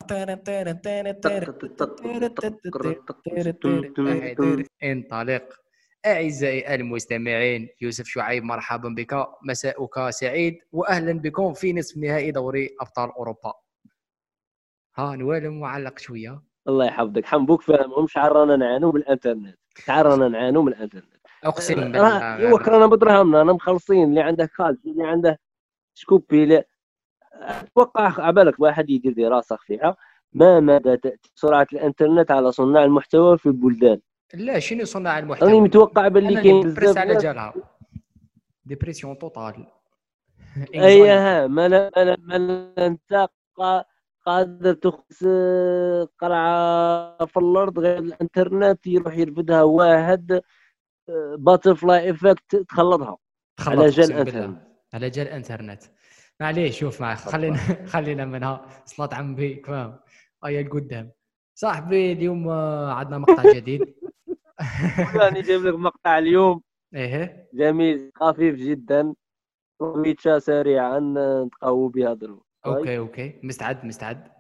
انطلق. أعزائي المستمعين، يوسف شعيب مرحبا بك، مساءك سعيد وأهلا بكم في نصف نهائي دوري أبطال أوروبا. ها نوال معلق شوية. الله يحفظك حنبوك فاهمهم. شعار رانا نعانوا من الانترنت، شعار رانا نعانوا من الانترنت. أقسم بالله ايوا رانا بدراهمنا، انا مخلصين. اللي عنده كالسي، اللي عنده سكوبي، اللي اتوقع عبالك واحد يدير دراسه خفيفه ما مدى تاثير سرعه الانترنت على صناع المحتوى في البلدان. لا، شنو صناع المحتوى؟ راني متوقع باللي أنا اللي كاين مدبرس بزاف على ناس. جالها ديبريسيون توتال. ايها ما انت قادر تخص قرعه في الارض غير الانترنت يروح يرفدها واحد باترفلاي افكت تخلطها على تخلط جال اقسم الانترنت. بالله على جال الانترنت. معليش شوف معك، خلينا منها صلاة عمي فاهم. ايا القدام صاحبي اليوم عندنا مقطع جديد. راني جايب لك مقطع اليوم ايه جميل خفيف جدا، ويتشا سريعا نتقهوى بها ضرب. اوكي مستعد.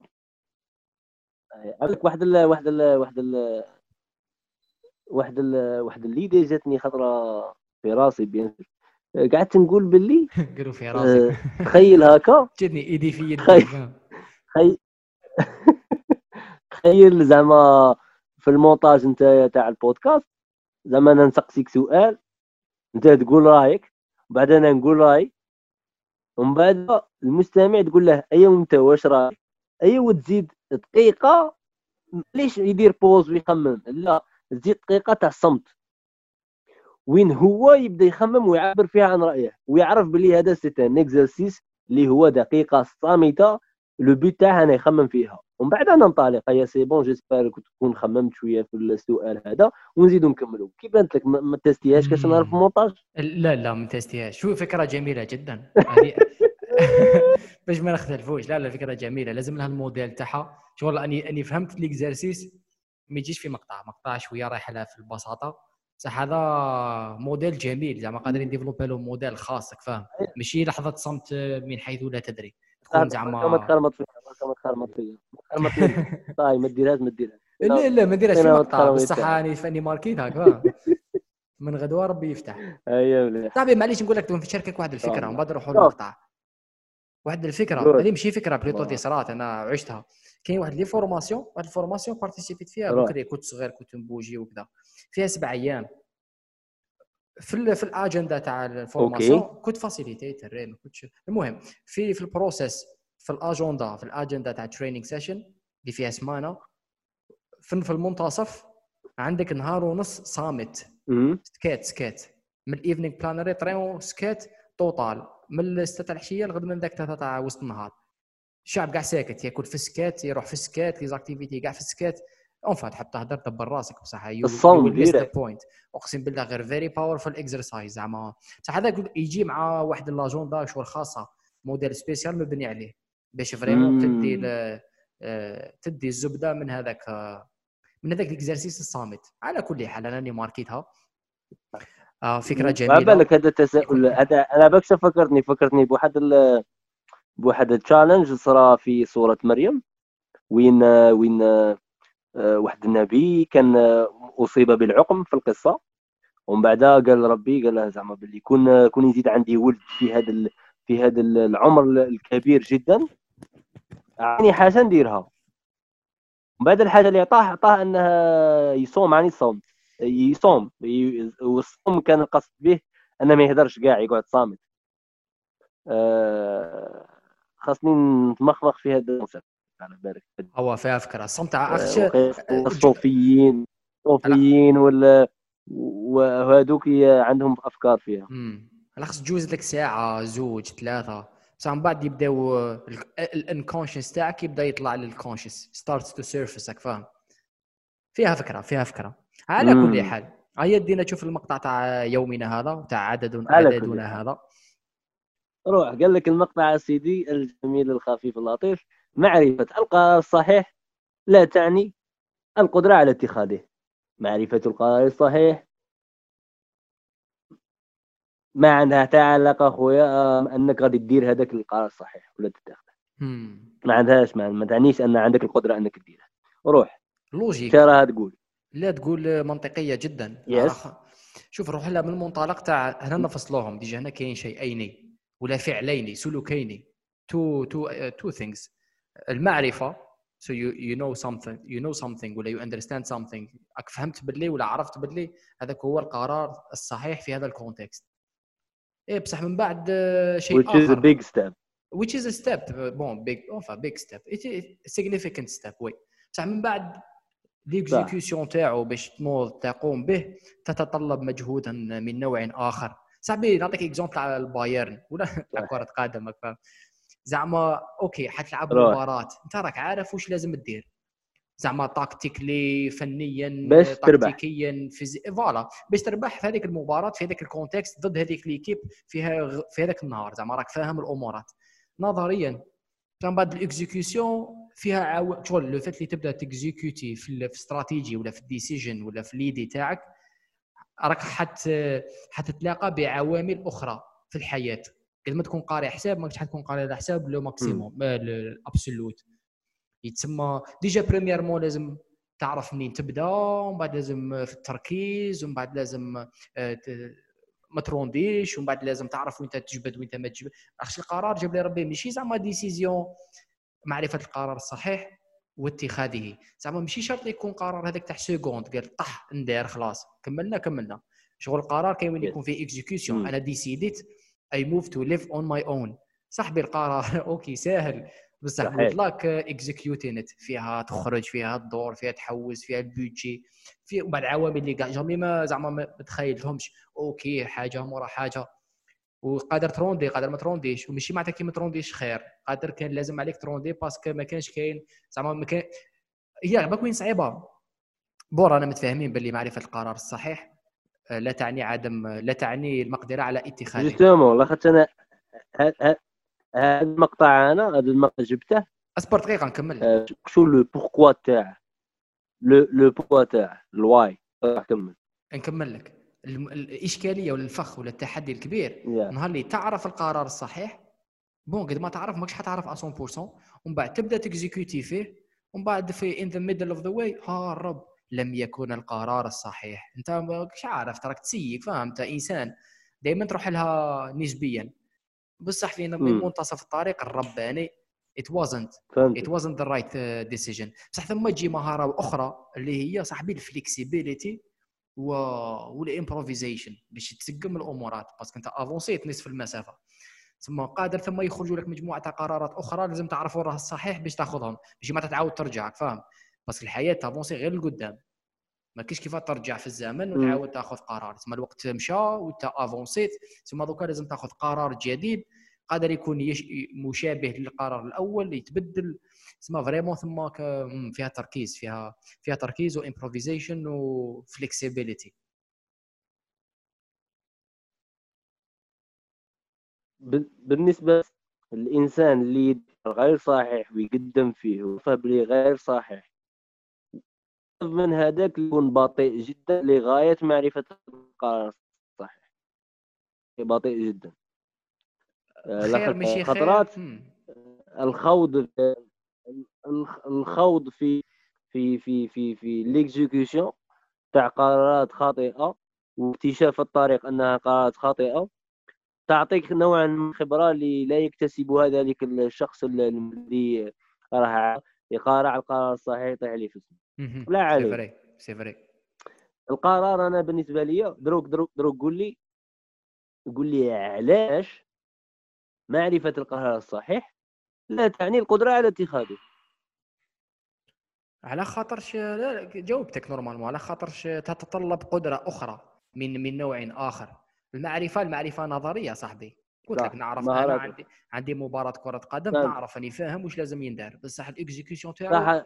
عندك واحد اللي جاتني خطره في راسي بيان. قعدت نقول باللي قالوا في راسك. تخيل هكا. جدني ايدي في يدي تخيل فاهم. تخيل تخيل زعما في المونتاج نتايا تاع البودكاست، زعما انا نسقسيك سؤال، انت تقول رايك، وبعد انا نقول رايي، ومن بعد المستمع تقول له ايوا انت واش رايك، ايوا تزيد دقيقه. ليش يدير بوز ويخمم؟ لا، تزيد دقيقه تاع الصمت وين هو يبدا يخمم ويعبر فيها عن رايه، ويعرف بلي هذا سي ان اكزرسيس اللي هو دقيقه صامته. لو بيت تاعها انا يخمم فيها، ومن بعد انا ننطلق. يا سي بون، جيسبر تكون خممت شويه في السؤال هذا ونزيدو نكملوا. كي بانت لك ما تستيهاش كاش نعرف المونتاج. لا ما تستيهاش. شو فكره جميله جدا هذه. باش ما نختلفوش. لا فكره جميله، لازم لها الموديل تاعها. شغل اني فهمت ليكزارسيس ما يجيش في مقطع شويه رايح لها في البساطه. صح هذا موديل جميل، زعما قادرين نديفلوبي له موديل خاصك فاهم. ماشي لحظه صمت من حيث لا تدري تكون ما زعما. تخرمط فيها، ما تخرمط لي. طاي ما ديرهاش لا ما نديرهاش في انا ما مقطع تخرمط بصح تاعك. راني فاني ماركيتها فاهم. من غدوه ربي يفتح. ايوا مليح. صاحبي معليش نقول لك نشاركك واحد الفكره ومن بعد نروحوا شوف المقطع. واحد الفكره قول. هذه ماشي فكره بليطو دي صرات انا عشتها. كاين واحد لي فورماسيون، واحد الفورماسيون بارتيسيبيت فيها روح. بكري كنت صغير، كنت نبوجي وكذا. فيها 7 ايام. في الاجنده تاع الفورماسيون اوكي. كنت فاسيليتيتر ما كنتش المهم. في البروسيس في الاجنده تاع تريننج سيشن اللي فيها سمانه. في المنتصف عندك نهار ونص صامت. سكيت من الايفنينغ بلانري طريون سكيت توتال من الستة العشيه لغد من ذاك 3 تاع وسط النهار. الشعب كاع ساكت، ياكل في السكات، يروح في السكات، لي زاكتيفيتي كاع في السكات. اون حتى تهدر دبر راسك بصح يو الصوم ويل ميس ذا ديريكت. بوينت. اقسم بالله غير فيري باورفul اكسرسايز زعما. بصح هذا يجي مع واحد لاجوندا شغل خاصه، موديل سبيسيال مبني عليه باش فريمون تدي الزبده من هذاك الاكزرسيس الصامت. على كل حال انا اللي ماركيتها. فكره جميله. بالك هذا التساؤل هذا انا بكش فكرتني بواحد التشالنج صرا في سورة مريم، وين واحد النبي كان اصيب بالعقم في القصه. ومن بعد قال ربي، قال له زعما باللي كون يزيد عندي ولد في هذا العمر الكبير جدا، اعطيني حاجه نديرها. ومن بعد الحاجه اللي عطاه انه يصوم عن يصوم. والصوم كان القصد به انه ما يهدرش كاع، يقعد صامت. خاصني نتمخمخ في هذا الكونسيبت على بالك. هو فيها فكره الصمت اخش. الصوفيين وهذوك عندهم افكار فيها. على خص تجوز لك ساعه زوج ثلاثه، بصح من بعد يبداو الانكونشس تاعك يبدا يطلع للكونشس ستارت تو سيرفيس فاهم. فيها فكره. على كل حال هيا دينا تشوف المقطع تاع يومنا هذا تاع عددنا هذا. روح. قال لك المقطع سيدي الجميل الخفيف اللطيف: معرفة القرار الصحيح لا تعني القدرة على اتخاذه. معرفة القرار الصحيح ما عندها حتى علاقة خويا انك غادي دير هذاك القرار الصحيح ولا تتخذه. ما عندهاش، ما تعنيش ان عندك القدره انك تديرها. روح لوجيك. تراها تقول لا تقول منطقيه جدا. يس. شوف روح لها من المنطلق تاع هنا نفصلوهم ديجا. هنا كاين شيئين ولا فعلين سلوكين. two things. المعرفه so you know something ولا you understand something. راك فهمت باللي ولا عرفت باللي هذاك هو القرار الصحيح في هذا الكونتكست. ايه بصح من بعد شيء which is a اخر big step. which is a step bon big step it's a significant step وي. بصح من بعد ليكزيكيوشن تاعو باش تقوم به تتطلب مجهودا من نوع اخر. صاحبي نعطيك اكزومبل على البايرن ولا تاع كره قدم. زعما اوكي حتلعب مباراه انت راك عارف واش لازم دير زعما تاكتيكلي فنيا باش تكتيكيا فوالا باش تربح في هذيك المباراه في هذاك الكونتكست ضد هذيك ليكيب فيها في هذاك النهار. زعما راك فاهم الامورات نظريا. من بعد الاكزيكيوشن فيها شغل لو فات اللي تبدا تكزيكوتي في استراتيجي ولا في الديسيجن ولا في ليدي تاعك راك حتتلاقى بعوامل اخرى في الحياه. قد ما تكون قاري حساب ماكش حتكون قاري على حساب لو ماكسيموم الابسولوت. يتسمى ديجا بريميرمون لازم تعرف منين تبدا ومن بعد لازم في التركيز ومن بعد لازم ما ترونديش ومن بعد لازم تعرف وين تجبد وين ما تجبد. اخش القرار جاب لي ربي ماشي زعما ديسيزيون معرفه القرار الصحيح واتخاذه. زعما ماشي شرط يكون قرار هذاك تاع سكوند قال طح ندير خلاص كملنا شغل القرار كاين وين يكون فيه اكزيكيوشن. انا ديسيديت اي موف تو ليف اون ماي اون. صاحبي القرار اوكي ساهل بصح جود لاك اكزيكيوتين فيها تخرج فيها الدور فيها تحوز فيها البيدجي فيها بعض العوامل اللي كاع جامي ما زعما ما تخيلتهمش. اوكي حاجه مورا حاجه وقادر تروندي قادر ما ترونديش وماشي معناتها كي ما ترونديش خير. قادر كان لازم عليك تروندي باسكو ما كانش كاين زعما ما كان هي ما كاين صعيبه. بور انا متفاهمين باللي معرفه القرار الصحيح لا تعني المقدره على اتخاذه. جوستومون لاخاطش انا هذا المقطع هذا المقطع جبته اصبر دقيقه نكمل. شو لو بوركوا تاع لو بوركوا تاع الواي. راح نكمل لك الاشكاليه ولا الفخ ولا التحدي الكبير. نهار اللي تعرف القرار الصحيح بون قد ما تعرف ماكش حتعرف 100% ومن بعد تبدا تكزيكوتي فيه ومن بعد في ان ذا ميدل اوف ذا واي الرب لم يكن القرار الصحيح. انت ماكش عارف تراك تسيك فهمت انسان دائما تروح لها نسبيا بصح في منتصف الطريق الرباني it wasn't the right decision. بصح ثم تجي مهاره اخرى اللي هي صاحبي الفليكسيبيليتي والامبروفيزيشن باش تسقم الامورات باسكو انت افونسيت نصف المسافه. ثم قادر ثم يخرجوا لك مجموعه قرارات اخرى لازم تعرفوا راه الصحيح باش تاخذهم ماشي ما تتعاود ترجع فاهم. بس الحياه تافونسي غير لقدام ما كاينش كيف ترجع في الزمن وتعاود تاخذ قرار. ثم الوقت مشى وانت افونسيت ثم دوكا لازم تاخذ قرار جديد قادر يكون مشابه للقرار الاول يتبدل. ثم فريمون ثم فيها تركيز فيها تركيز وامبروفيزيشن وفليكسيبيليتي. بالنسبه للانسان اللي غير صحيح ويقدم فيه وفبلي غير صحيح من هذاك يكون بطيء جدا لغايه معرفه القرار الصحيح. بطيء جدا. خير ماشي خطرات خير. الخوض في ليكزيكيوشن تاع قرارات خاطئه واكتشاف الطريق انها قرارات خاطئه تعطيك نوعا من الخبره اللي لا يكتسبها ذلك الشخص اللي راه يقارع القرار الصحيح يطيح عليه في اسمه. لا عليه سي فري القرار. انا بالنسبه لي دروك قول لي علاش معرفه القرار الصحيح لا تعني القدره على اتخاذه. على خاطرش جاوبتك نورمالمون على خاطرش تتطلب قدره اخرى من نوع اخر. المعرفه نظريه صاحبي. قلت لك نعرف انا عندي مباراه كره قدم نعرف اني فاهم واش لازم يندار بصح الاكزيكيوشن تاعو صح.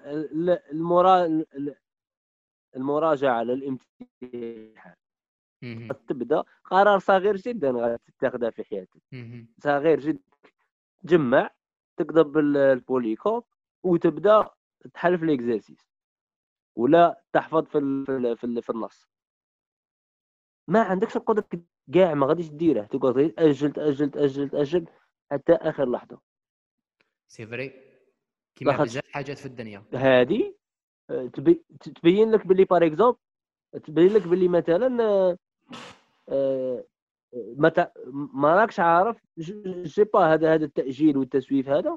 المراجعه على الامتحان تبدا قرار صغير جدا غادي تتخذه في حياتك. صغير جدا تجمع تكتب البوليكوب وتبدا تحل في الاكزرسيس ولا تحفظ في النص. ما عندكش القدره كاع ما غاديش ديره تقعد اجل حتى اخر لحظه. سي فري كيما لاخاطش بزاف حاجات في الدنيا. هذه تبين لك باللي بار اكزومبل، تبين لك باللي مثلا آه، ما راكش عارف جي با هذا التأجيل والتسويف هذا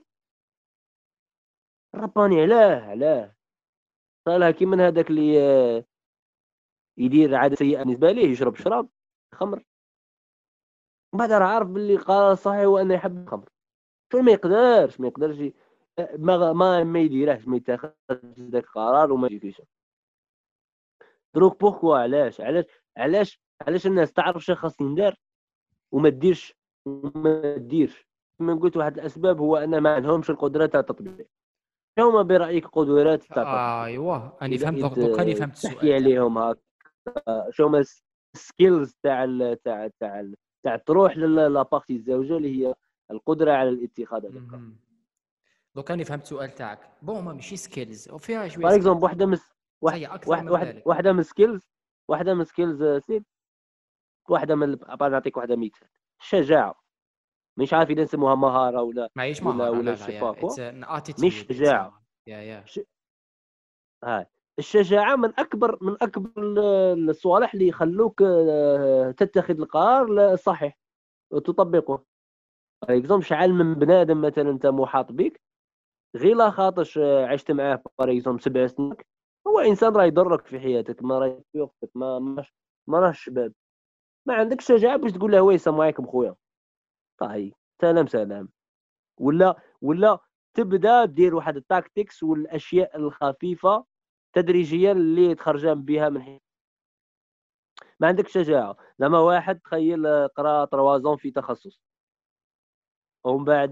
رباني علاه صالها كي من هذاك اللي يدير عادة سيئة بالنسبة ليه، يشرب شراب خمر، ومن بعد راه عارف باللي القرار الصحيح هو انه يحب الخمر، شو ما يقدرش ما يديرهش، ما يتخذش ذاك القرار وما يجيش. دروك بوكوا علاش الناس تعرف شنو خاص يندار وما تديرش كما قلت. واحد الاسباب هو ان ما عندهمش القدره تاع التطبيق. هما برأيك قدرات تاع التطبيق؟ ايوه اني اذا فهمت دوكا اني فهمت تحكي السؤال تاعك. عليهم هكا، شو هما السكيلز تاع تروح لابارتي الزوجه اللي هي القدره على الاتخاذ هذا القرار. دوكا اني فهمت السؤال تاعك. بون ما ماشي سكيلز وفيها شويه بار سكيلز، اكزومبل صحيح اكثر من ذلك. واحده من سكيلز سيد، واحده من نعطيك واحده مثال، الشجاعه. مش عارف اذا نسموها مهاره معيش مهاره، ولا لا لا، شيبا يا كوا. اتس ان مش اتيتيود شجاعه، يا ش... هاي الشجاعه من اكبر الصوالح اللي يخلوك تتخذ القرار الصحيح وتطبقه. اكزومبل شحال من بنادم مثلا انت محاط بك غير لا خاطش عشت معاه بار اكزومبل 7 سنين، هو انسان راه يضرك في حياتك، ما راه يوقفك، ما راهش شباب، ما عندكش شجاعه باش تقول له وي السلام عليكم خويا، طيب سلام، ولا تبدا دير واحد التاكتكس والاشياء الخفيفه تدريجيا اللي تخرج بها من حياتك. ما عندك شجاعه، زعما واحد تخيل قرا 3 في تخصص ومن بعد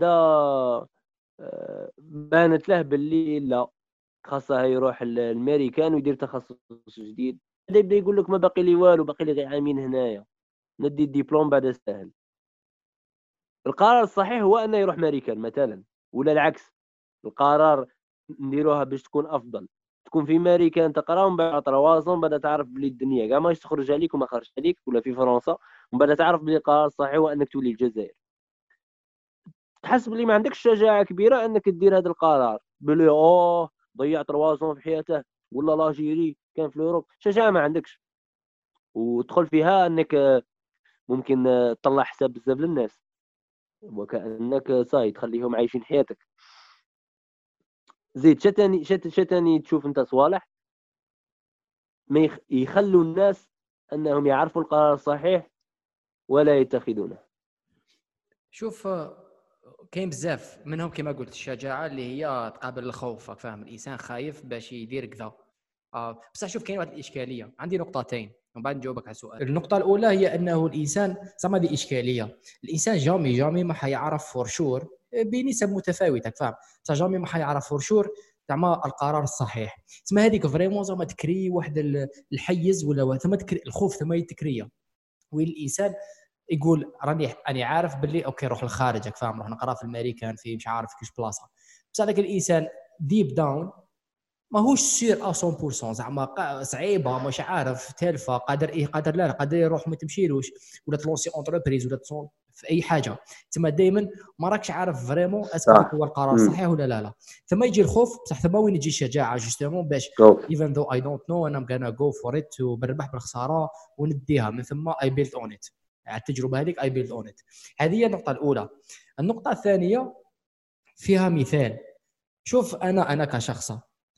بانت له باللي لا خاصه يروح الامريكان ويدير تخصص جديد، بعد يبدا يقول لك ما باقي لي والو، باقي لي غير عامين هنايا ندي الدبلوم بعد سهل. القرار الصحيح هو انه يروح امريكان مثلا، ولا العكس، القرار نديروها باش تكون افضل تكون في امريكان تقرا ومن بعد تروازن، بعد تعرف بلي الدنيا كاع ماش تخرج عليك وما خرجت عليك، ولا في فرنسا ومن بعد تعرف بلي القرار الصحيح هو انك تولي الجزائر. تحس بلي ما عندكش شجاعه كبيره انك دير هذا القرار بلي ضيعت روازون في حياته، ولا لاجيري كان في اوروب، شجاعه ما عندكش، وتدخل فيها انك ممكن تطلع حساب بزاف للناس وكانك صاي تخليهم عايشين حياتك. زيد شتاني تشوف انت صوالح ما يخلوا الناس انهم يعرفوا القرار الصحيح ولا يتخذونه. شوف كاين بزاف منهم كما قلت الشجاعه اللي هي تقابل الخوف، فاهم؟ الانسان خايف باش يدير كذا. بصح شوف كاين واحد الاشكاليه، عندي نقطتين ومن بعد نجاوبك على السؤال. النقطه الاولى هي انه الانسان زعما هذه اشكاليه، الانسان جامي ما حيعرف فور شور بنسب متفاوته، فاهم؟ بصح جامي ما حيعرف فور شور زعما القرار الصحيح. تسمى هذيك فريمون زعما تكري واحد الحيز ولا ثم الخوف ثم تكريه، وين الانسان يقول راني عارف باللي اوكي روح للخارج، فاهم؟ روح نقرا في الامريكان في مش عارف كيش بلاصه، بصح هذاك الانسان ديب داون ماهوش سير 100% زعما صعيبه مش عارف تالفه قادر قادر لا قادر يروح ما تمشيلوش، ولا تلونسي اونتربريز ولا في اي حاجه. تما دائما ما راكش عارف فريمون اسكو هو القرار صحيح ولا لا. ثم يجي الخوف، بصح ثم وين يجي الشجاعه جوستومون باش even though I don't know and I'm gonna go for it وبالربح بالخساره ونديها من ثم I build on it. على التجربه هذيك I build on it. هذه هي النقطه الاولى. النقطه الثانيه فيها مثال. شوف انا كشخص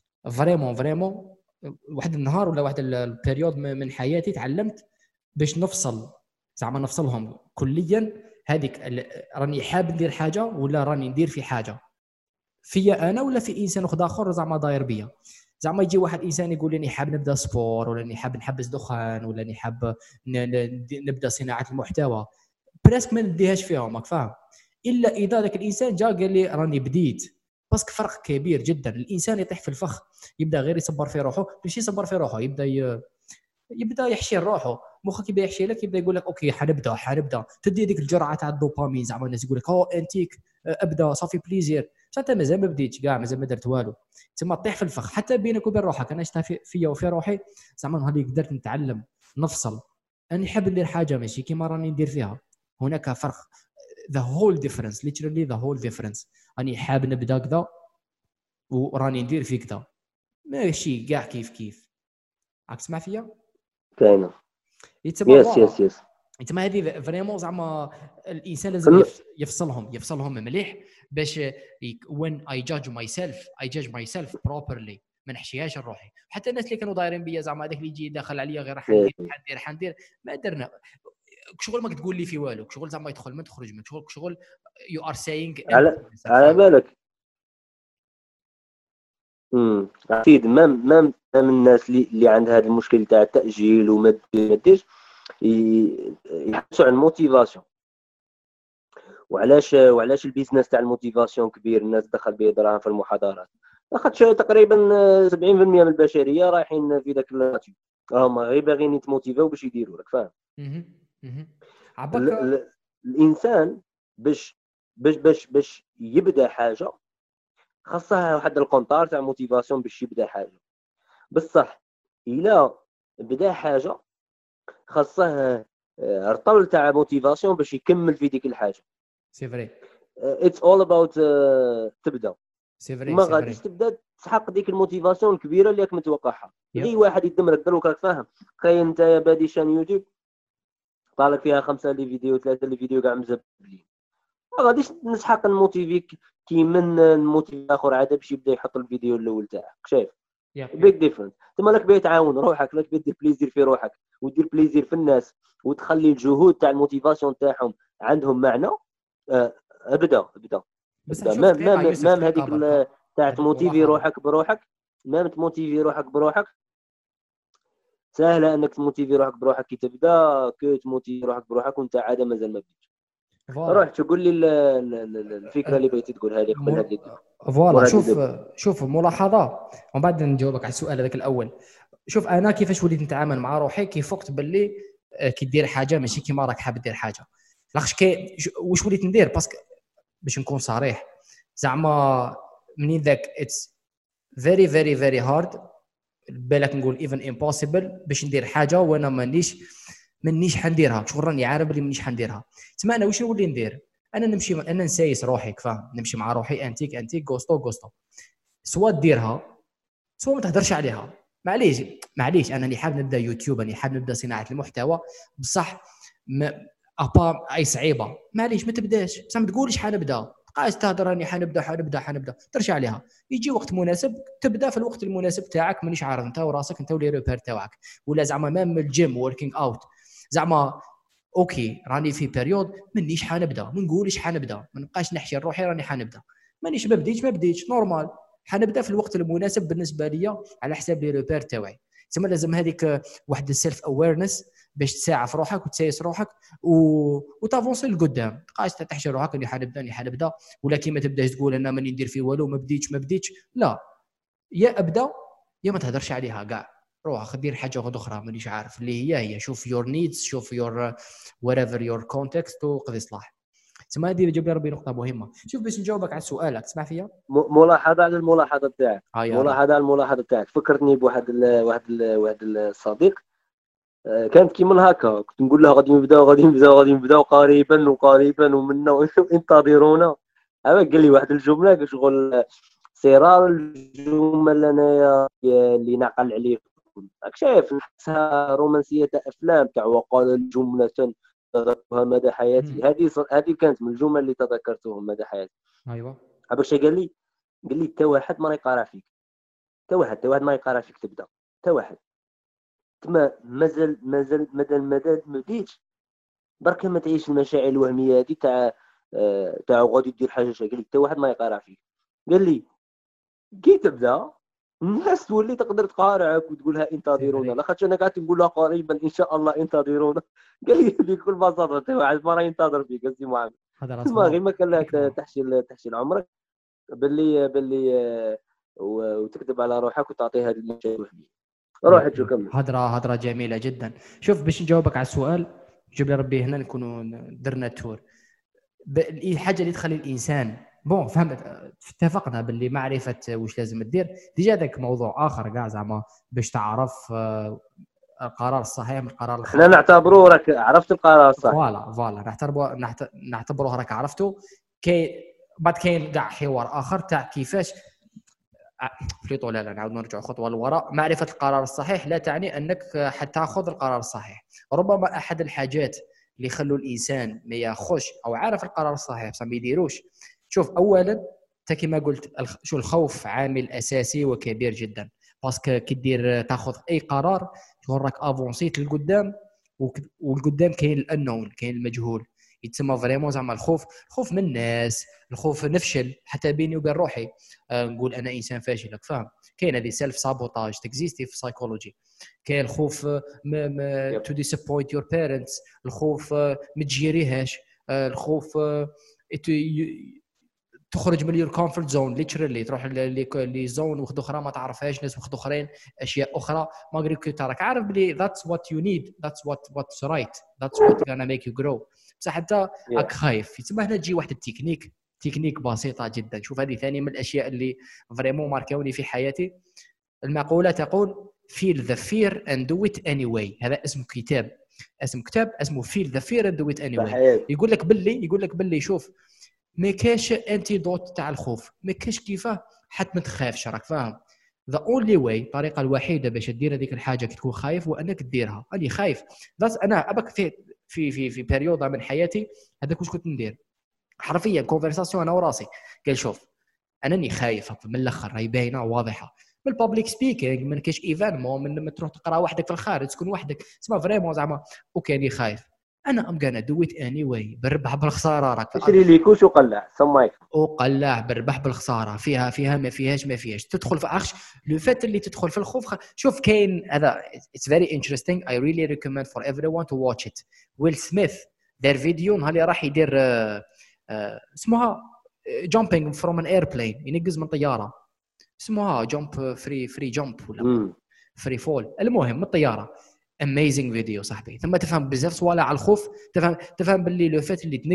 فريمون واحد النهار ولا واحد البيريود من حياتي تعلمت باش زعما نفصلهم كليا. هذيك راني حاب ندير حاجه ولا راني ندير في حاجه فيا انا ولا في انسان اخر زعما داير بيا. زعما يجي واحد انسان يقول لي حاب نبدا سبور، ولا حاب نحبس دخان، ولا حاب نبدا صناعه المحتوى، بريسك ما نديهاش فيهم، راك فاهم؟ الا اذا ذاك الانسان جا قال لي راني بديت. باسكو فرق كبير جدا. الانسان يطيح في الفخ يبدا غير يصبر في روحه، ماشي يصبر في روحه، يبدا يحشي روحه. مخك يبدا يحشي لك، يبدا يقول لك اوكي حنبدا تدي ديك الجرعه تاع الدوبامين. زعما الناس يقول لك انتيك ابدا صافي بليزير، بصح انت مازال ما بديتش كاع، مازال ما درت والو. تما طيح في الفخ حتى بينك وبين روحك. انا شتا فيا وفي روحي زعما نهار اللي قدرت نتعلم نفصل، اني حاب ندير حاجه ماشي كيما راني ندير فيها. هناك فرق the whole difference literally the whole difference. راني حاب نبدا كذا وراني ندير في كذا ماشي كاع كيف راك تسمع فيا كاينه. يتسمى يس يتسمى هذه فريمون زعما الانسان لازم يفصلهم مليح باش when I judge myself properly ما نحشيهاش لروحي. حتى الناس اللي كانوا دايرين بيا زعما هذاك اللي يجي داخل عليا غير حندير ما درنا شغل ما تقول لي في والو شغل زعما يدخل ما تخرج من شغل you are saying على بالك. اكيد ما الناس اللي عندها هذا المشكل تاع التاجيل وما ديرش يحسوا عن الموتيفاسيون. وعلاش البيزنس تاع الموتيفاسيون كبير الناس دخل به دراهم في المحاضرات لاخاطش تقريبا 70% من البشريه رايحين في ذاك الراتيو راهم غير باغيين يتموتيفاو باش يديروا لك فاهم. الانسان باش يبدا حاجه خاصها واحد الكونطار تاع موتيفاسيون باش يبدا حاجه بصح الا بدا حاجه خاصه رطل تاع موتيفاسيون باش يكمل في ديك الحاجه. سي فري اتس اول اباوت تبدا سي فري ما غاديش تبدا تسحق ديك الموتيفاسيون الكبيره اللي راك متوقعها. غير واحد يدمرك دروك راك فاهم. تخيل انت بادي شان يوتيوب طالك فيها 5 لي فيديو 3 لي فيديو كاع مزبلين ما غاديش نسحق الموتيفيك كي من الموتيف اخر عاد باش يبدا يحط الفيديو الاول تاعك شايف بيك ديفرنس. تما راك باغي تعاون روحك راك باغي دير بليزير في روحك ودير بليزير في الناس وتخلي الجهود تاع الموتيفاسيون تاعهم عندهم معنى. ابدا مام هذيك تاع تموتيفي روحك بروحك مام تموتيفي روحك بروحك سهله انك تموتيفي روحك بروحك كي تبدا كي تموتيفي روحك بروحك وانت عاده مازال ما بديتش. روح تقول لي الفكره اللي بغيتي تقولها لي قبل هذه فوالا. شوف ملاحظه ومن بعد نجاوبك على السؤال هذاك الاول. شوف انا كيفاش وليت نتعامل مع روحي كي فقت باللي كي دير حاجه ماشي كيما راك حاب دير حاجه لاخش واش وليت ندير باسكو باش نكون صريح زعما منين ذاك اتس فيري فيري فيري هارد بالك نقول ايفن امبوسيبل باش ندير حاجه وانا مانيش حنديرها شغل راني عارف بلي مانيش حنديرها. تسمى انا واش نولي ندير انا نسايس روحي فاهم نمشي مع روحي انتيك غوستو سوا ديرها سوا ما تهدرش عليها. معليش انا اللي حاب نبدا يوتيوب انا حاب نبدا صناعه المحتوى بصح ابا اي صعيبه معليش ما تبداش بصح ما تقولش حنبدا قاعد تهضر راني حنبدا ترجع عليها يجي وقت مناسب تبدا في الوقت المناسب تاعك مانيش عارف انت وراسك انت ولي ريبير تاعك ولا زعما مام الجيم وركينغ اوت زعما اوكي راني في بيريود مانيش حنبدا ما نقولش حنبدا ما نبقاش نحشي روحي راني حنبدا مانيش ما بديتش نورمال حنبدا في الوقت المناسب بالنسبه ليا على حساب لي ريبير تاعي. تسمى لازم هذيك واحد السيلف اويرنس باش تساعف روحك وتسايس روحك وتافونسي لقدام تبقاش تحشي روحك اني حنبدا ولا كيما تبداش تقول انا ماني ندير في والو ما بديتش لا يا ابدا يا ما تهدرش عليها كاع روح دير حاجه اخرى مانيش عارف اللي هي شوف يور نيدز شوف يور whatever your context وقضي صلاح. تسمى هذه جاب لي ربي نقطه مهمه. شوف باش نجاوبك على سؤالك تسمع فيا ملاحظه على الملاحظه تاعك الملاحظه تاعك فكرتني بواحد الصديق كانت كيما هكا كنت نقول له غادي نبداو قريبا ومنا انتظرونا قال لي واحد الجمله شغل صرار الجمل انايا اللي نعقل عليه راك شايف نحسها رومانسيه تاع افلام تاع وقال الجمله تذكرها مدى حياتي هذه كانت من الجمل اللي تذكرتهم مدى حياتي. ايوه عباك قال لي تا واحد ما يقرا فيك تا واحد ما يقرا فيك تبدا تا واحد تما مازال ما بديتش برك ما تعيش المشاعر الوهميه هذه تاع غادي دير حاجه قال لي تا واحد ما يقرا فيك. قال لي كي تبدا الناس تولي تقدر تقارعك وتقولها انتظرونا لاخاطش انا قاعد نقول لها قريبا ان شاء الله انتظرونا. قال لي بكل بساطه تا واحد ما راه ينتظر فيك سي محمد ما غير ما كان لك تحشي عمرك باللي وتكذب على روحك وتعطيها هذه المشاعر الوهميه. روح تكمل. هضره جميله جدا. شوف باش نجاوبك على السؤال جاب لي ربي هنا نكونوا درنا تور الحاجه اللي تخلي الانسان بون فهمت اتفقنا باللي معرفه واش لازم تدير ديجا داك موضوع اخر كاع زعما باش تعرف القرار الصحيح من القرار الخاطئ. احنا نعتبروه راك عرفت القرار الصحيح. فوالا نعتبروه راك عرفته. بعد كاين كاع حوار اخر تاع كيفاش فليطو. لا نعاود نرجع خطوه للوراء. معرفه القرار الصحيح لا تعني انك حتاخذ القرار الصحيح. ربما احد الحاجات اللي يخلوا الانسان ما ياخذش او عارف القرار الصحيح بصح ما يديروش. شوف، اولا انت كما قلت شو الخوف عامل اساسي وكبير جدا، باسكو كي دير تاخذ اي قرار شغل راك افونسيت للقدام، والقدام كاين الانون، كاين المجهول. يتسمى فريمون زعما الخوف من الناس، الخوف نفشل حتى بيني وبين روحي. نقول انا انسان فاشل، راك فاهم؟ كاين هذه سيلف سابوتاج تكزيستي في السايكولوجي. كاين الخوف تو ديسابوينت يور بيرنتس، الخوف ما تجيريهاش، الخوف تخرج من يور كومفورت زون، ليترالي تروح لي زون وخد اخرى ما تعرفهاش، ناس وخد اخرين اشياء اخرى ماغري كو تراك عارف بلي ذاتس وات يو نيد، ذاتس واتس رايت، ذاتس وات غانا ميك يو جرو. بصح حتى راك خايف. يتسمى هنا تجي واحد التكنيك بسيطه جدا. شوف، هذه ثاني من الاشياء اللي فريمون ماركاوني في حياتي. المقوله تقول feel the fear and do it anyway. هذا اسم كتاب اسمه feel the fear and do it anyway. يقول لك باللي شوف، ما كاش انتيدوت تاع الخوف، ما كاش كيفاه حتى ما تخافش، راك فاهم؟ the only way، الطريقه الوحيده باش دير هذيك الحاجه كي تكون خايف هو انك ديرها. راني خايف بس انا ابك في بيريودا من حياتي هذاك واش كنت ندير حرفيا كونفرساسيون انا وراسي. قال شوف، انني خايف من الاخر، راهي باينه واضحه من البابليك سبيكينغ، من كاش ايفينمون، من لما تروح تقرا وحدك في الخارج تكون وحدك، اسمع فريمون زعما اوكي اني خايف، انا ام غانا دو ات اني واي، بالربح بالخساره. راك تشري لي كوش وقلع سمايك وقلع بالربح بالخساره، فيها ما فيهاش تدخل في عرش لو فات اللي تدخل في الخوف. شوف كاين هذا اتس فيري انتريستينغ، اي ريلي ريكومند فور ايفريون تو واتش ات. ويل سميث دار فيديو نهار اللي راح يدير اسمها جامبينغ فروم ان ايربلين، ينقز من طياره، اسمها جامب فري جامب ولا فري فول، المهم من الطياره. اميزنج فيديو صاحبي، ثم تفهم بزاف صوالح على الخوف. تفهم باللي لو فات اللي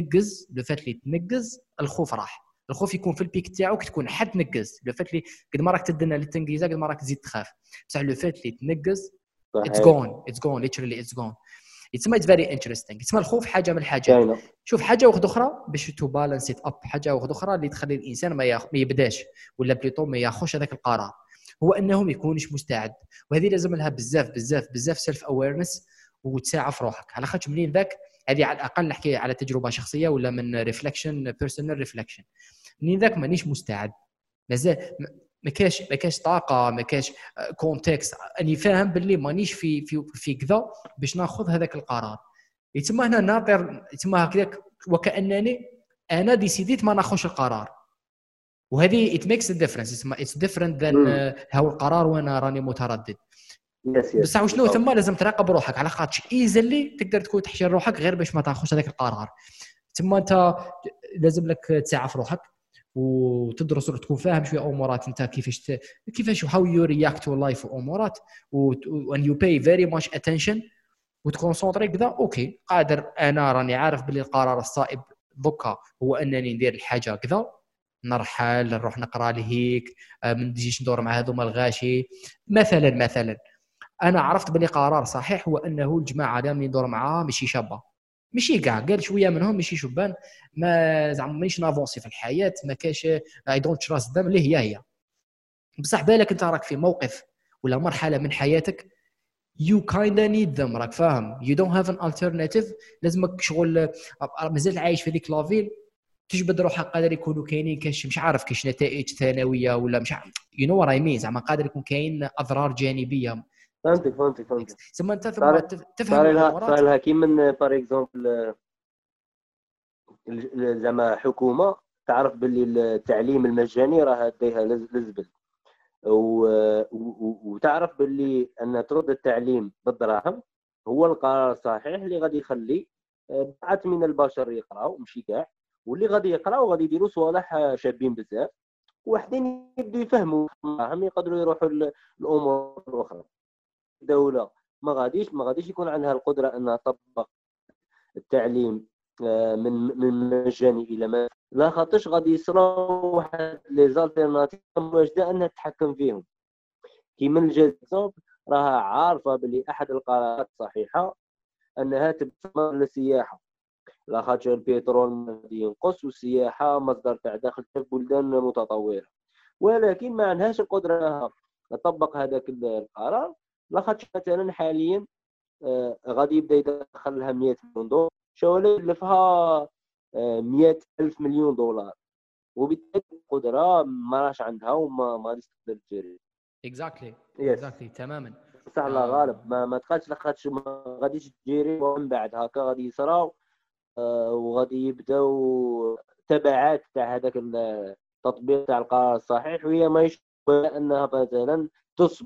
تنقز الخوف راح. الخوف يكون في البيك تاعك تكون حد تنقز، لو فات اللي قد ما راك تدنا للتنقيزه قد ما راك تزيد تخاف. بصح لو فات اللي تنقز اتس جون ليترالي اتس جون. يتسمى اتس فيري انتريستينغ. يتسمى الخوف حاجه من الحاجات. شوف حاجه واحده اخرى باش تو بالانس ات اب، حاجه واحده اخرى اللي تخلي الانسان ما يبداش ولا بليطو ما ياخذش هذاك القرار، هو انه ما يكونش مستعد. وهذه لازم لها بزاف سيلف اويرنس، وتساعد في روحك. على خاطر منين ذاك، هذه على الاقل نحكي على تجربه شخصيه ولا من ريفلكشن بيرسونال ريفلكشن. منين ذاك مانيش مستعد، مازال ما كاش طاقه، ما كاش كونتكست، اني فاهم باللي مانيش في كذا باش ناخذ هذاك القرار. يتسمى هنا ناطر، يتسمى هكذاك وكانني انا ديسيديت ما ناخذش القرار. وهذه it makes a difference. it's different than هاو القرار وانا راني متردد. بصح وشنو ثم لازم تراقب روحك، على خاطر ايزلي تقدر تكون تحشر روحك غير باش ما تاخذش هذاك القرار. ثم انت لازم لك تسعف روحك وتدرس وتكون فاهم شويه امورات، انت كيفاش how you react to life وامورات when you pay very much attention وتكونسونطري كذا. اوكي قادر انا راني عارف باللي القرار الصائب دوكا هو انني ندير الحاجه كذا، نرحل نروح نقرا لهيك، ما نجيش ندور مع هذوما الغاشي. مثلا انا عرفت بلي قرار صحيح هو انه الجماعه اللي ندور معاها ماشي شابه، ماشي كاع، قال شويه منهم ماشي شبان، ما زعما مانيش نافونسي في الحياه، ما كاش اي دونت تراست ذم اللي هي. بصح بالك انت راك في موقف ولا مرحله من حياتك you kinda need them، راك فاهم؟ you don't have an alternative. لازمك شغل مازال عايش في ذيك لافيل، تجبد روحك. قادر يكونوا كاينين كاش مش عارف كاش نتائج ثانويه ولا مش عارف you know what I mean، زعما قادر يكون كاين اضرار جانبيه. فهمتك. ثم انت تفهم الامورات. صار لها كي من بار اكزومبل زعما حكومه تعرف باللي التعليم المجاني راه دايها للزبل، وتعرف باللي ان ترد التعليم بالدراهم هو القرار الصحيح اللي غادي يخلي بعض من البشر يقراو، ماشي كاع، واللي غادي يقراو غادي يديروا صوالح شابين بزاف، وحدين يبداو يفهموا هم يقدروا يروحوا الامور الاخرى. الدوله ما غاديش يكون عندها القدره انها تطبق التعليم من مجاني الى ما لا، خاطرش غادي يصراو واحد لي زالتيرناتيف واجده انها تتحكم فيهم. كيما الجزائر راها عارفه بلي احد القرارات الصحيحه انها تستثمر للسياحه، لاخاطش البترول غادي ينقص والسياحه مصدر تاع دخل في بلدان متطوره، ولكن ما عندهاش القدره انها تطبق هذاك القرار، لاخاطش مثلا حاليا غادي يبدا يدخل لها 100 مليون دولار، شغل يكلفها 100 ألف مليون دولار، وبالتالي القدره ما راش عندها وما غاديش تقدر تجري. اكزاكتلي تماما. بصح الله غالب ما تقاتش، لاخاطش ما غاديش تجيري، ومن بعد هكا غادي يصراو وغادي يبداو تبعات تاع هذاك التطبيق تاع القرار الصحيح، وهي ما يشبه انها مثلا تصبح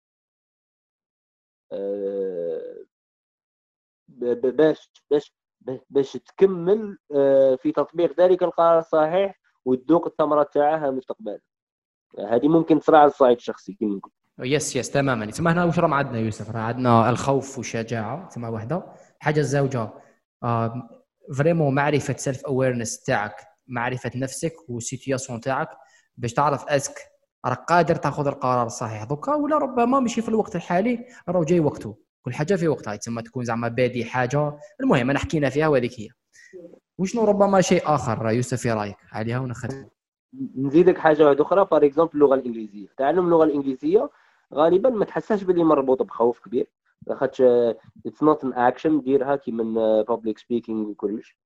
باش تكمل في تطبيق ذلك القرار الصحيح وتذوق الثمرة تاعها مستقبلا. هذه ممكن تصرى على الصعيد الشخصي كما نقول. يس تماما. تسمى هنا واش راهم عندنا يوسف؟ راه عندنا الخوف والشجاعه، تسمى وحده حاجه الزوجه فريمون معرفه سيلف اويرنس تاعك، معرفه نفسك والسيتوياسيون تاعك باش تعرف اسك راك قادر تاخذ القرار الصحيح دوكا، ولا ربما ماشي في الوقت الحالي، راه جاي وقته، كل حاجه في وقتها. تسمى تكون زعما بادي حاجه. المهم انا حكينا فيها وهذيك هي. وشنو ربما شيء اخر يوسف في رايك عليها ونختم؟ نزيدك حاجه واحده اخرى، بار اكزومبل اللغه الانجليزيه. تعلم اللغه الانجليزيه غالبا ما تحسش باللي مربوط بخوف كبير، لاخاطش اتس نوت ان اكشن ديرها كيما بابليك سبيكينغ وكلش.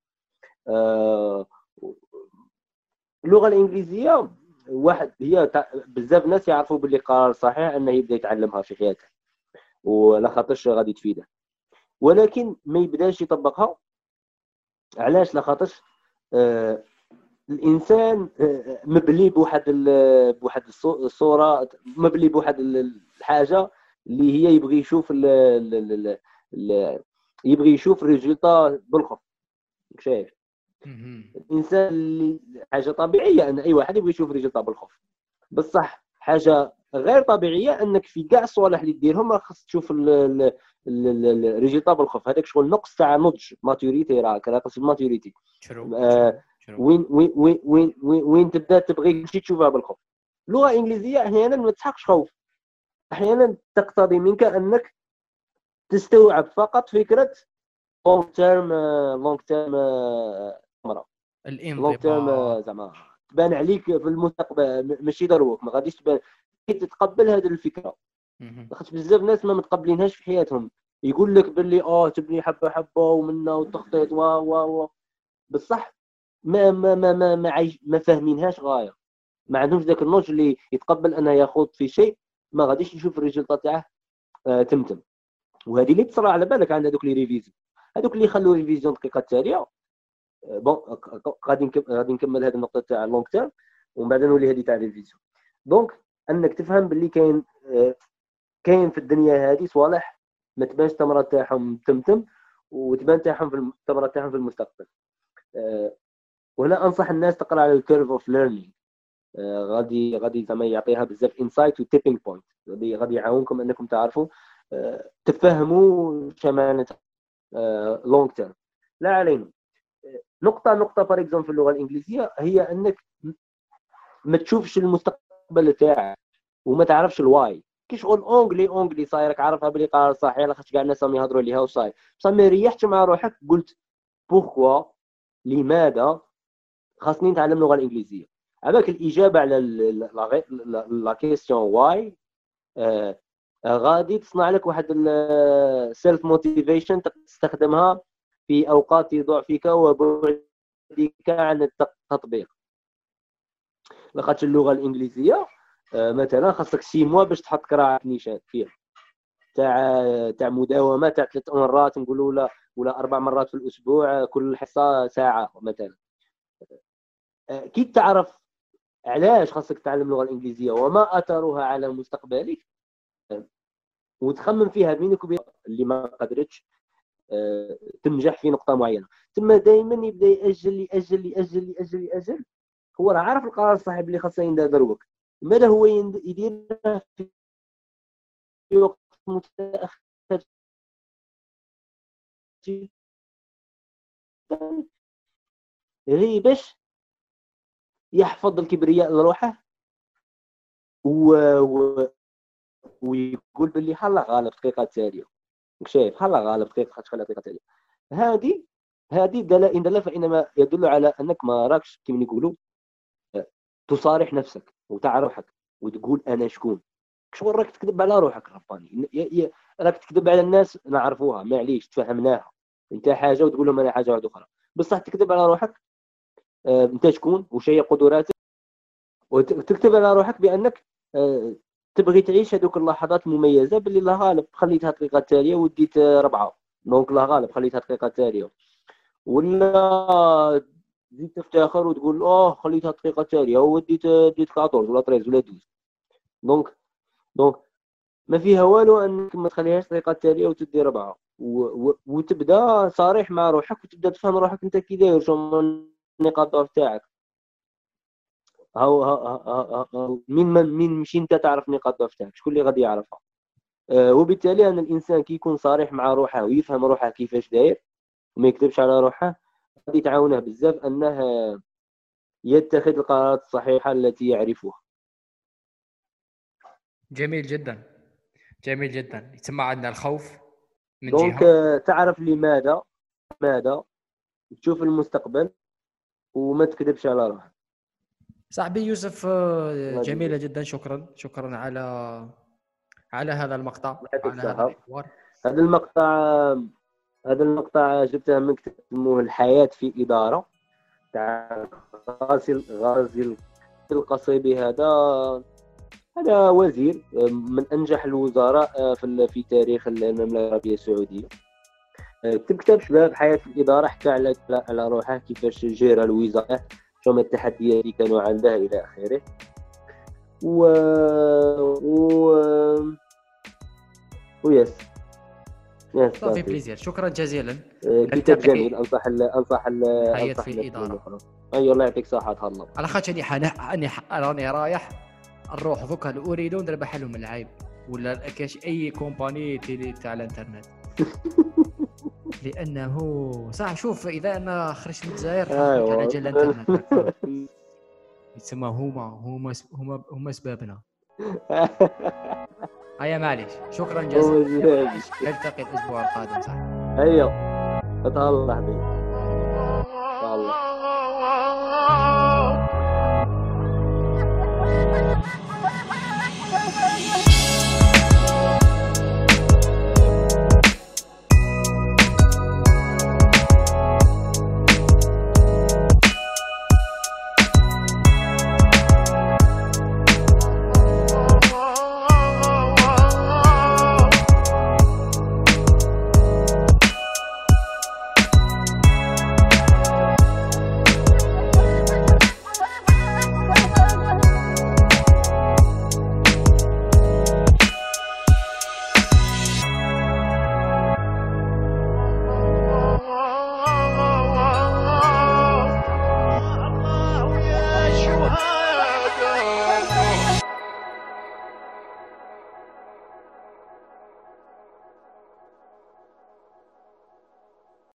اللغه الانجليزيه واحد هي بزاف ناس يعرفوا باللي قرار صحيح انه يبدا يتعلمها في حياته، ولا خاطرش غادي تفيده، ولكن ما يبداش يطبقها. علاش؟ لاخاطرش الانسان مبلي بواحد الصوره، مبلي بواحد الحاجه اللي هي يبغي يشوف يبغي يشوف الريزلتا بالخف. شايف الانسان اللي حاجه طبيعيه ان اي واحد يبغي يشوف ريزلتا بالخف، بصح حاجه غير طبيعيه انك في كاع الصوالح اللي ديرهم راه خاص تشوف الريزلتا بالخف. هذاك شغل نقص تاع نضج، ماتوريتي، راه ناقص الماتوريتي. وين تبدا تبغي شي تشوفها بالخوف. اللغه الانجليزيه احيانا ما تسحقش خوف، احيانا تقتضي منك انك تستوعب فقط فكره لونغ تيرم لونغ تيرم زعما تبان عليك في المستقبل، ماشي دروك ما غاديش تبان تتقبل هذه الفكره. لاخاطش بزاف ناس ما متقبلينهاش في حياتهم، يقول لك باللي تبني حبه حبه ومنا والتخطيط و بصح ما فاهمينهاش غايه، ما عندهمش ذاك النضج اللي يتقبل انه يخوض في شيء ما غاديش يشوف الريزلت تاعه تمتم. وهذه اللي تصرى على بالك عند هذوك لي ريفيزيون، هذوك اللي يخلوا ريفيزيون الدقيقه التاليه. بون غادي نكمل هذه النقطه تاع لونغ تيرم ومن بعد نولي هذه تاع ريفيزيون. دونك انك تفهم باللي كاين في الدنيا هذه صوالح ما تبانش الثمره تاعهم تمتم، وتبان تاعهم في الثمره تاعهم في المستقبل. وهنا انصح الناس تقرا على الكيرف اوف ليرنينغ، غادي زعما يعطيها بزاف انسايت وتيبينغ بوينت، غادي يعاونكم انكم تعرفوا تفهموا شمعنى لونغ تيرم. لا علينا. نقطه بار اكزومبل في اللغه الانجليزيه هي انك ما تشوفش المستقبل تاعك وما تعرفش الواي. كي شغل اونجلي صايرك عارفها بلي قرار صحيح، لاخاطش كاع الناس راهم يهضروا عليها وصاير، بصح ما ريحتش مع روحك قلت لماذا خاصني نتعلم اللغه الانجليزيه. عباك الاجابه على لا كيسيون واي غادي تصنع لك واحد السيلف موتيفيشن تستخدمها في اوقات ضعفك وبعدك عن التطبيق. لاخاطش اللغه الانجليزيه مثلا خاصك 6 موا باش تحط قراءه نيشان فيها تاع مداومه تاع 3 مرات نقولوا، ولا 4 مرات في الاسبوع، كل حصه ساعه مثلا. كي تعرف علاش خاصك تتعلم اللغه الانجليزيه وما اثرها على مستقبلك وتخمم فيها بينك وبين اللي ما قدرتش تنجح في نقطه معينه، ثم دائما يبدا ياجل. هو راه عارف القرار الصحيح اللي خاصه يندار دروك، ماذا هو يدير في وقت متاخر غير باش يحفظ الكبرياء لروحه ويقول باللي حلا غالب دقيقه تاليه، شايف حلا غالب دقيقه تخلى دقيقه تاليه. هذه دلائل دل، فانما يدل على انك ما راكش كيما يقولوا تصارح نفسك وتعرف روحك وتقول انا شكون. شغل راك تكذب على روحك رباني، راك تكذب على الناس نعرفوها معليش تفهمناها، انت حاجه وتقول لهم انا حاجه واحده اخرى، بصح تكذب على روحك انت شكون وش هي قدراتك، وتكتب على روحك بانك تبغي تعيش هذوك اللحظات المميزه، باللي الله غالب خليتها دقيقه تاليه وديت 4، دونك الله غالب خليتها دقيقه تاليه، ولا تزيد تفتخر وتقول خليتها دقيقه تاليه وديت 14 ولا 13 ولا 12. دونك ما فيها والو انك ما تخليهاش دقيقه تاليه وتدي 4 وتبدا صريح مع روحك وتبدا تفهم روحك انت كي داير، شنو النقاط الضعف تاعك. مين ماشي انت تعرف نقاط الضعف تاعك، شكون اللي غادي يعرفها؟ وبالتالي ان الانسان كي يكون صريح مع روحه ويفهم روحه كيفاش داير وما يكذبش على روحه، غادي تعاونه بزاف انه يتخذ القرارات الصحيحه التي يعرفها. جميل جدا، جميل جدا. يتسمى عندنا الخوف من دونك جهه. تعرف ماذا تشوف المستقبل وما تكذبش على روحك. صاحبي يوسف، الله جميله يجزيك. جدا. شكرا على هذا المقطع يعطيك وعلى هذا الصحة. الحوار. هذا المقطع هذا المقطع جبته من كتاب اسمه الحياة في إدارة تاع غازي القصيبي. هذا وزير من أنجح الوزراء في تاريخ المملكة العربية السعودية. كتب كتاب شباب حياة في الإدارة، حكى على روحه كيفاش جير الوزارة، شو من التحديات اللي كانوا عنده إلى آخره. و ويس صافي بليزير، شكرا جزيلا. كتاب جميل، انصح حياة في الإدارة. اي الله يعطيك صحة. تهلا على خاطر أني راني رايح نروح ذوك الأوريدو نربح لهم العيب، ولا كاش أي كومباني تاع الانترنت. لأنه صح، شوف إذا أنا خرجت من الجزائر على جال الانترنت يتسمى هما سبابنا. هيا معليش، شكرا جزيلا. نلتقي الأسبوع القادم صح. ايوه تهلا حبيبي.